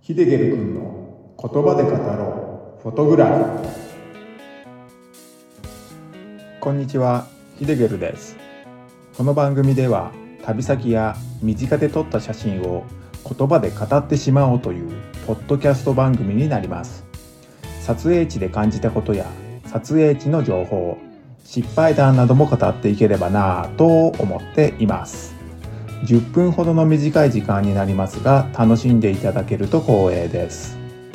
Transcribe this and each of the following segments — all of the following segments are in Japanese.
ヒデゲル君の言葉で語ろうフォトグラフ。こんにちは、ヒデゲルです。この番組では旅先や身近で撮った写真を言葉で語ってしまおうというポッドキャスト番組になります。撮影地で感じたことや撮影地の情報、失敗談なども語っていければなぁと思っています。10分ほどの短い時間になりますが、楽しんでいただけると光栄です。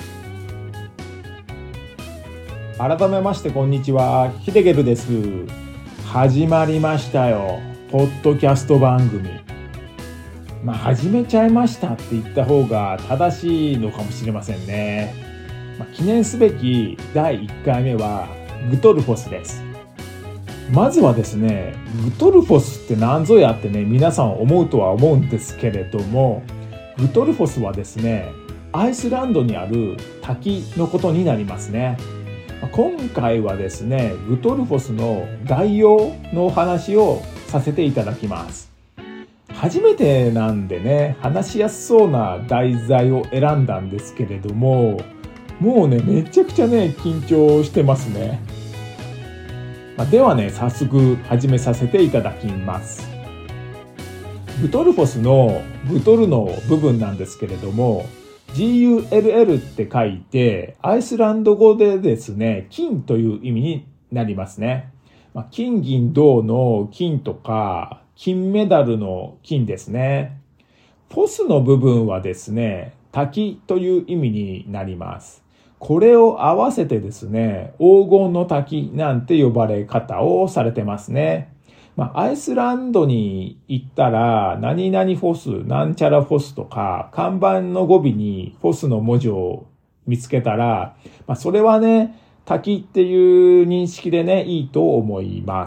改めましてこんにちは、ヒデゲルです。始まりましたよ、ポッドキャスト番組。始めちゃいましたって言った方が正しいのかもしれませんね。記念すべき第1回目はグトルフォスです。まずはですね、グトルフォスって何ぞやってね、皆さん思うとは思うんですけれども、グトルフォスはですね、アイスランドにある滝のことになりますね。今回はですね、グトルフォスの概要のお話をさせていただきます。初めてなんでね、話しやすそうな題材を選んだんですけれども、もうね、めちゃくちゃね、緊張してますね。ではね、早速始めさせていただきます。グトルフォスのグトルの部分なんですけれども、GULL って書いて、アイスランド語でですね、金という意味になりますね。金銀銅の金とか、金メダルの金ですね。フォスの部分はですね、滝という意味になります。これを合わせてですね、黄金の滝なんて呼ばれ方をされてますね。アイスランドに行ったら、何々フォス、なんちゃらフォスとか、看板の語尾にフォスの文字を見つけたら、それはね、滝っていう認識でね、いいと思います。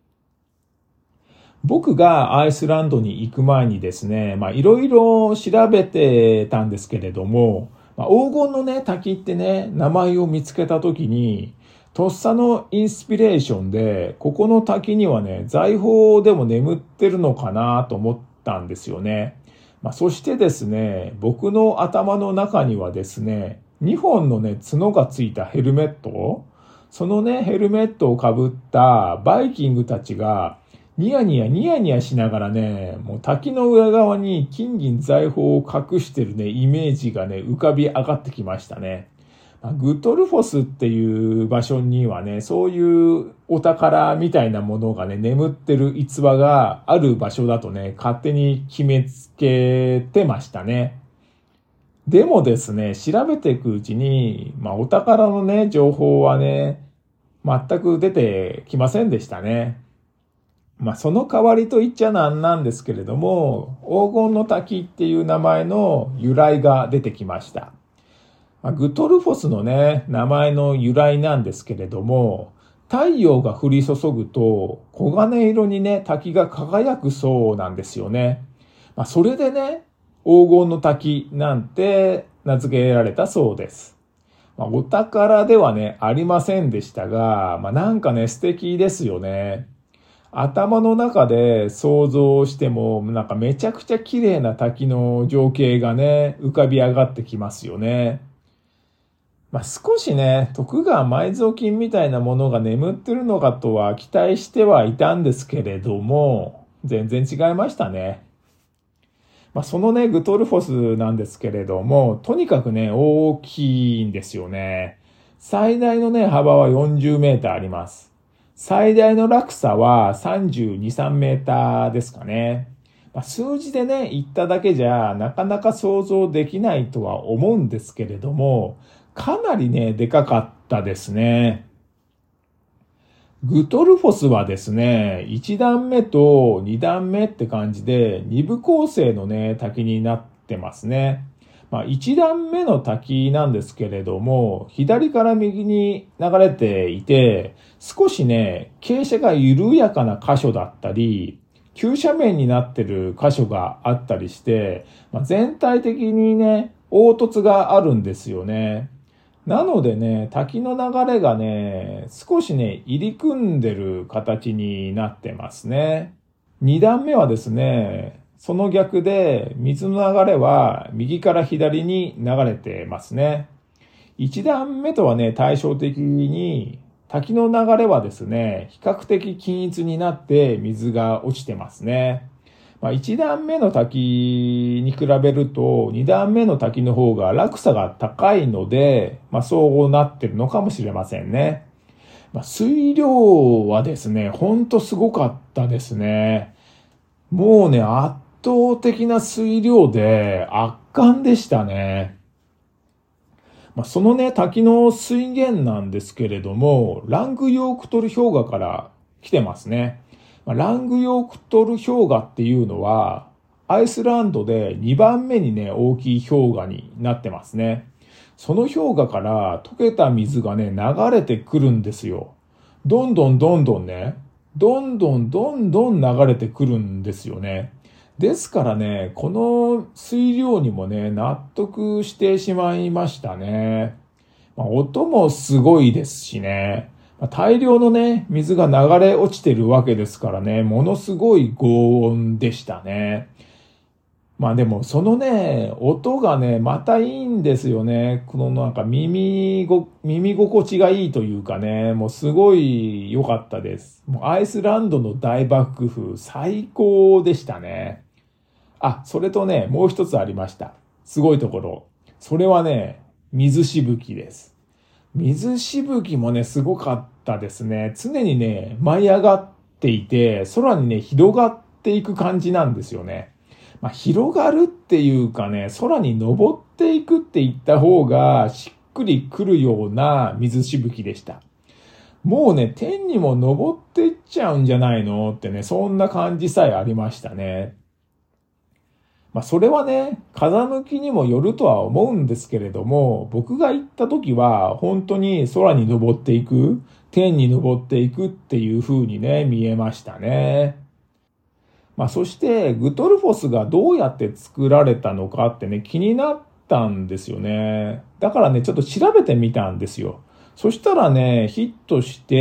僕がアイスランドに行く前にですね、いろいろ調べてたんですけれども、黄金のね、滝ってね、名前を見つけたときに、とっさのインスピレーションで、ここの滝にはね、財宝でも眠ってるのかなと思ったんですよね。そしてですね、僕の頭の中にはですね、2本のね、角がついたヘルメット、そのね、ヘルメットをかぶったバイキングたちが、ニヤニヤしながらね、もう滝の裏側に金銀財宝を隠してるね、イメージがね、浮かび上がってきましたね。グトルフォスっていう場所にはね、そういうお宝みたいなものがね、眠ってる逸話がある場所だとね、勝手に決めつけてましたね。でもですね、調べていくうちに、お宝のね、情報はね、全く出てきませんでしたね。その代わりと言っちゃなんですけれども、黄金の滝っていう名前の由来が出てきました。グトルフォスのね、名前の由来なんですけれども、太陽が降り注ぐと黄金色にね、滝が輝くそうなんですよね。それでね、黄金の滝なんて名付けられたそうです。お宝ではね、ありませんでしたが、なんかね、素敵ですよね。頭の中で想像しても、めちゃくちゃ綺麗な滝の情景がね、浮かび上がってきますよね。少しね、徳川埋蔵金みたいなものが眠ってるのかとは期待してはいたんですけれども、全然違いましたね。そのね、グトルフォスなんですけれども、とにかくね、大きいんですよね。最大のね、幅は40メーターあります。最大の落差は32、3メーターですかね。数字でね、言っただけじゃなかなか想像できないとは思うんですけれども、かなりね、でかかったですね。グトルフォスはですね、1段目と2段目って感じで2部構成のね、滝になってますね。1段目の滝なんですけれども、左から右に流れていて、少しね、傾斜が緩やかな箇所だったり、急斜面になってる箇所があったりして、全体的にね、凹凸があるんですよね。なのでね、滝の流れがね、少しね、入り組んでる形になってますね。2段目はですね、 その逆で水の流れは右から左に流れてますね。一段目とはね、対照的に滝の流れはですね、比較的均一になって水が落ちてますね。一段目の滝に比べると二段目の滝の方が落差が高いので、そうなってるのかもしれませんね。水量はですね、ほんとすごかったですね。もうね、圧倒的な水量で圧巻でしたね。そのね、滝の水源なんですけれども、ラングヨークトル氷河から来てますね。ラングヨークトル氷河っていうのは、アイスランドで2番目にね、大きい氷河になってますね。その氷河から溶けた水がね、流れてくるんですよ。どんどんね、どんどん流れてくるんですよね。ですからね、この水量にもね、納得してしまいましたね。音もすごいですしね。大量のね、水が流れ落ちてるわけですからね、ものすごい轟音でしたね。でもそのね、音がね、またいいんですよね。このなんか耳心地がいいというかね、もうすごい良かったです。もうアイスランドの大爆風、最高でしたね。それとね、もう一つありました。すごいところ。それはね、水しぶきです。水しぶきもね、すごかったですね。常にね、舞い上がっていて、空にね、広がっていく感じなんですよね。広がるっていうかね、空に登っていくって言った方がしっくりくるような水しぶきでした。もうね、天にも登っていっちゃうんじゃないのってね、そんな感じさえありましたね。それはね、風向きにもよるとは思うんですけれども、僕が行った時は本当に空に登っていく、天に登っていくっていう風にね、見えましたね。そしてグトルフォスがどうやって作られたのかってね、気になったんですよね。だからね、ちょっと調べてみたんですよ。そしたらね、ヒットして、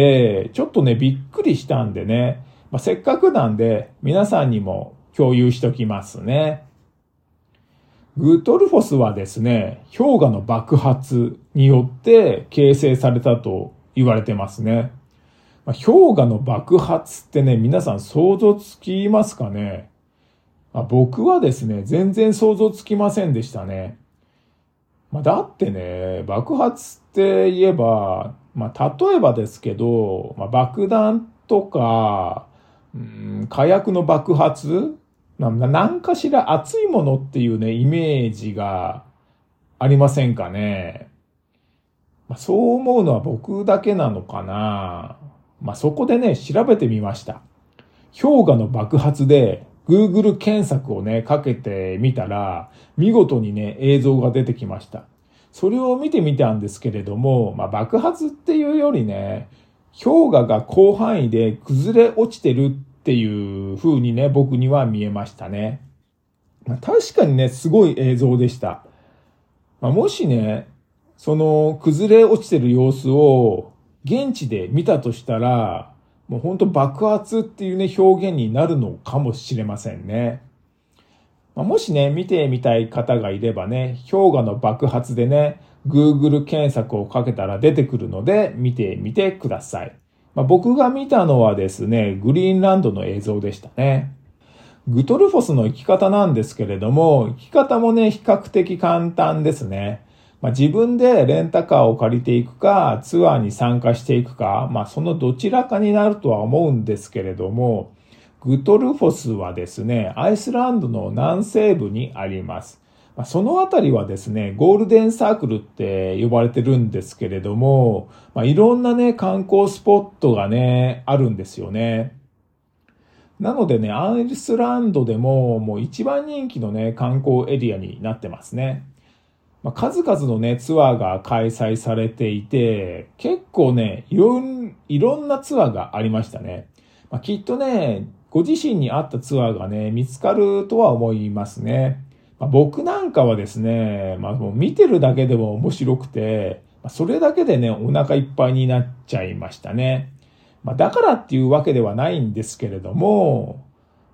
ちょっとね、びっくりしたんでね、せっかくなんで皆さんにも共有しときますね。グトルフォスはですね、氷河の爆発によって形成されたと言われてますね。氷河の爆発ってね、皆さん想像つきますかね？僕はですね、全然想像つきませんでしたね。だってね、爆発って言えば、例えばですけど、爆弾とか、火薬の爆発、何かしら熱いものっていうね、イメージがありませんかね。そう思うのは僕だけなのかな。そこでね、調べてみました。氷河の爆発で Google 検索をね、かけてみたら、見事にね、映像が出てきました。それを見てみたんですけれども、爆発っていうよりね、氷河が広範囲で崩れ落ちてるっていう風にね、僕には見えましたね。確かにね、すごい映像でした。もしね、その崩れ落ちてる様子を現地で見たとしたら、もう本当爆発っていうね、表現になるのかもしれませんね。もしね、見てみたい方がいればね、氷河の爆発でね、Google 検索をかけたら出てくるので見てみてください。僕が見たのはですね、グリーンランドの映像でしたね。グトルフォスの生き方なんですけれども、生き方もね、比較的簡単ですね。自分でレンタカーを借りていくか、ツアーに参加していくか、そのどちらかになるとは思うんですけれども、グトルフォスはですね、アイスランドの南西部にあります。そのあたりはですね、ゴールデンサークルって呼ばれてるんですけれども、いろんなね、観光スポットがね、あるんですよね。なのでね、アイスランドでももう一番人気のね、観光エリアになってますね。数々のね、ツアーが開催されていて、結構ね、いろんなツアーがありましたね。きっとね、ご自身に合ったツアーがね、見つかるとは思いますね。僕なんかはですね、もう見てるだけでも面白くて、それだけでね、お腹いっぱいになっちゃいましたね。だからっていうわけではないんですけれども、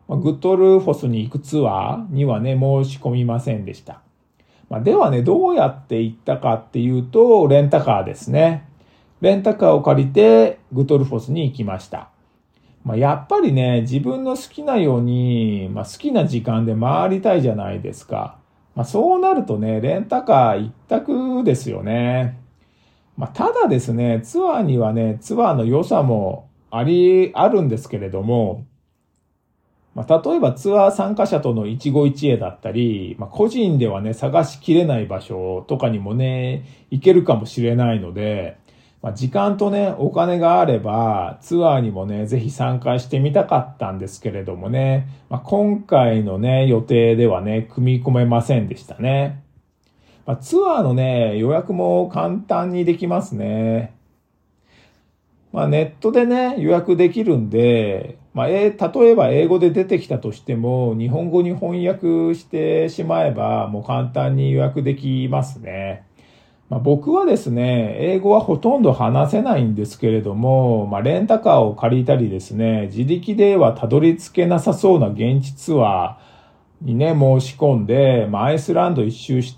グトルフォスに行くツアーにはね、申し込みませんでした。ではね、どうやって行ったかっていうと、レンタカーですね。レンタカーを借りてグトルフォスに行きました。やっぱりね、自分の好きなように、好きな時間で回りたいじゃないですか。そうなるとね、レンタカー一択ですよね。ただですね、ツアーにはね、ツアーの良さもあるんですけれども、例えばツアー参加者との一期一会だったり、個人ではね、探しきれない場所とかにもね、行けるかもしれないので、時間とね、お金があれば、ツアーにもね、ぜひ参加してみたかったんですけれどもね、今回のね、予定ではね、組み込めませんでしたね。ツアーのね、予約も簡単にできますね。ネットでね、予約できるんで、例えば英語で出てきたとしても、日本語に翻訳してしまえば、もう簡単に予約できますね。僕はですね、英語はほとんど話せないんですけれども、レンタカーを借りたりですね、自力ではたどり着けなさそうな現地ツアーにね、申し込んで、アイスランド一周して、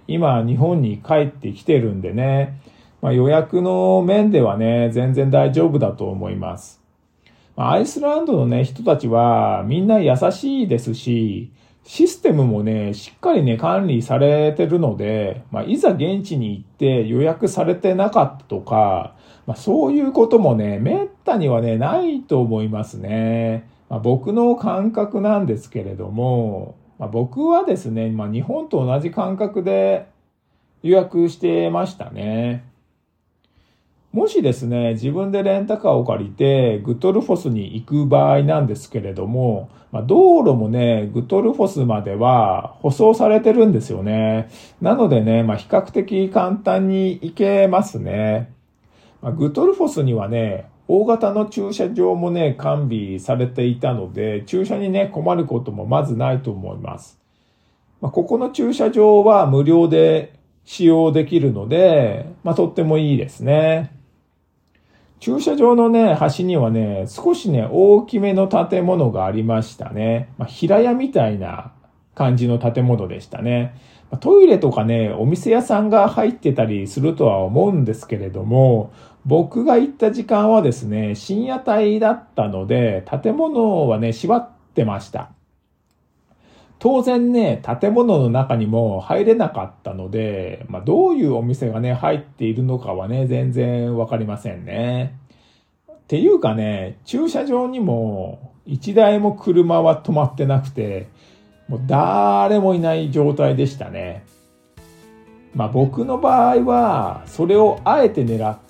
今日本に帰ってきてるんでね、予約の面ではね、全然大丈夫だと思います。アイスランドのね、人たちはみんな優しいですし、システムもね、しっかりね、管理されてるので、いざ現地に行って予約されてなかったとか、そういうこともね、めったにはね、ないと思いますね。僕の感覚なんですけれども、僕はですね、日本と同じ感覚で予約してましたね。もしですね、自分でレンタカーを借りてグトルフォスに行く場合なんですけれども、道路もね、グトルフォスまでは舗装されてるんですよね。なのでね、比較的簡単に行けますね。グトルフォスにはね、大型の駐車場もね、完備されていたので、駐車にね、困ることもまずないと思います。ここの駐車場は無料で使用できるので、とってもいいですね。駐車場のね、端にはね、少しね、大きめの建物がありましたね。平屋みたいな感じの建物でしたね。トイレとかね、お店屋さんが入ってたりするとは思うんですけれども、僕が行った時間はですね、深夜帯だったので、建物はね、閉まってました。当然ね、建物の中にも入れなかったので、どういうお店がね、入っているのかはね、全然わかりませんね。っていうかね、駐車場にも一台も車は止まってなくて、もう誰もいない状態でしたね。僕の場合は、それをあえて狙って、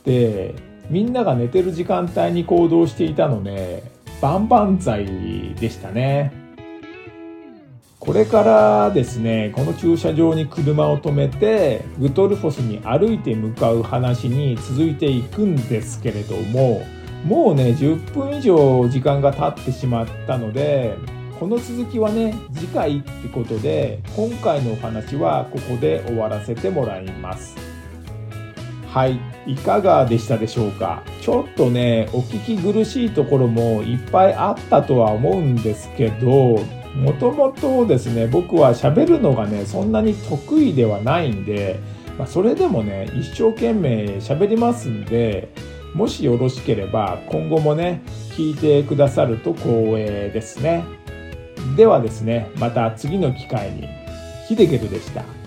みんなが寝てる時間帯に行動していたので、万々歳でしたね。これからですね、この駐車場に車を止めて、グトルフォスに歩いて向かう話に続いていくんですけれども、もうね、10分以上時間が経ってしまったので、この続きはね、次回ってことで、今回のお話はここで終わらせてもらいます。はい、いかがでしたでしょうか。ちょっとね、お聞き苦しいところもいっぱいあったとは思うんですけど、もともとですね、僕は喋るのがね、そんなに得意ではないんで、それでもね、一生懸命喋りますんで、もしよろしければ今後もね、聞いてくださると光栄ですね。ではですね、また次の機会に。ヒデゲルでした。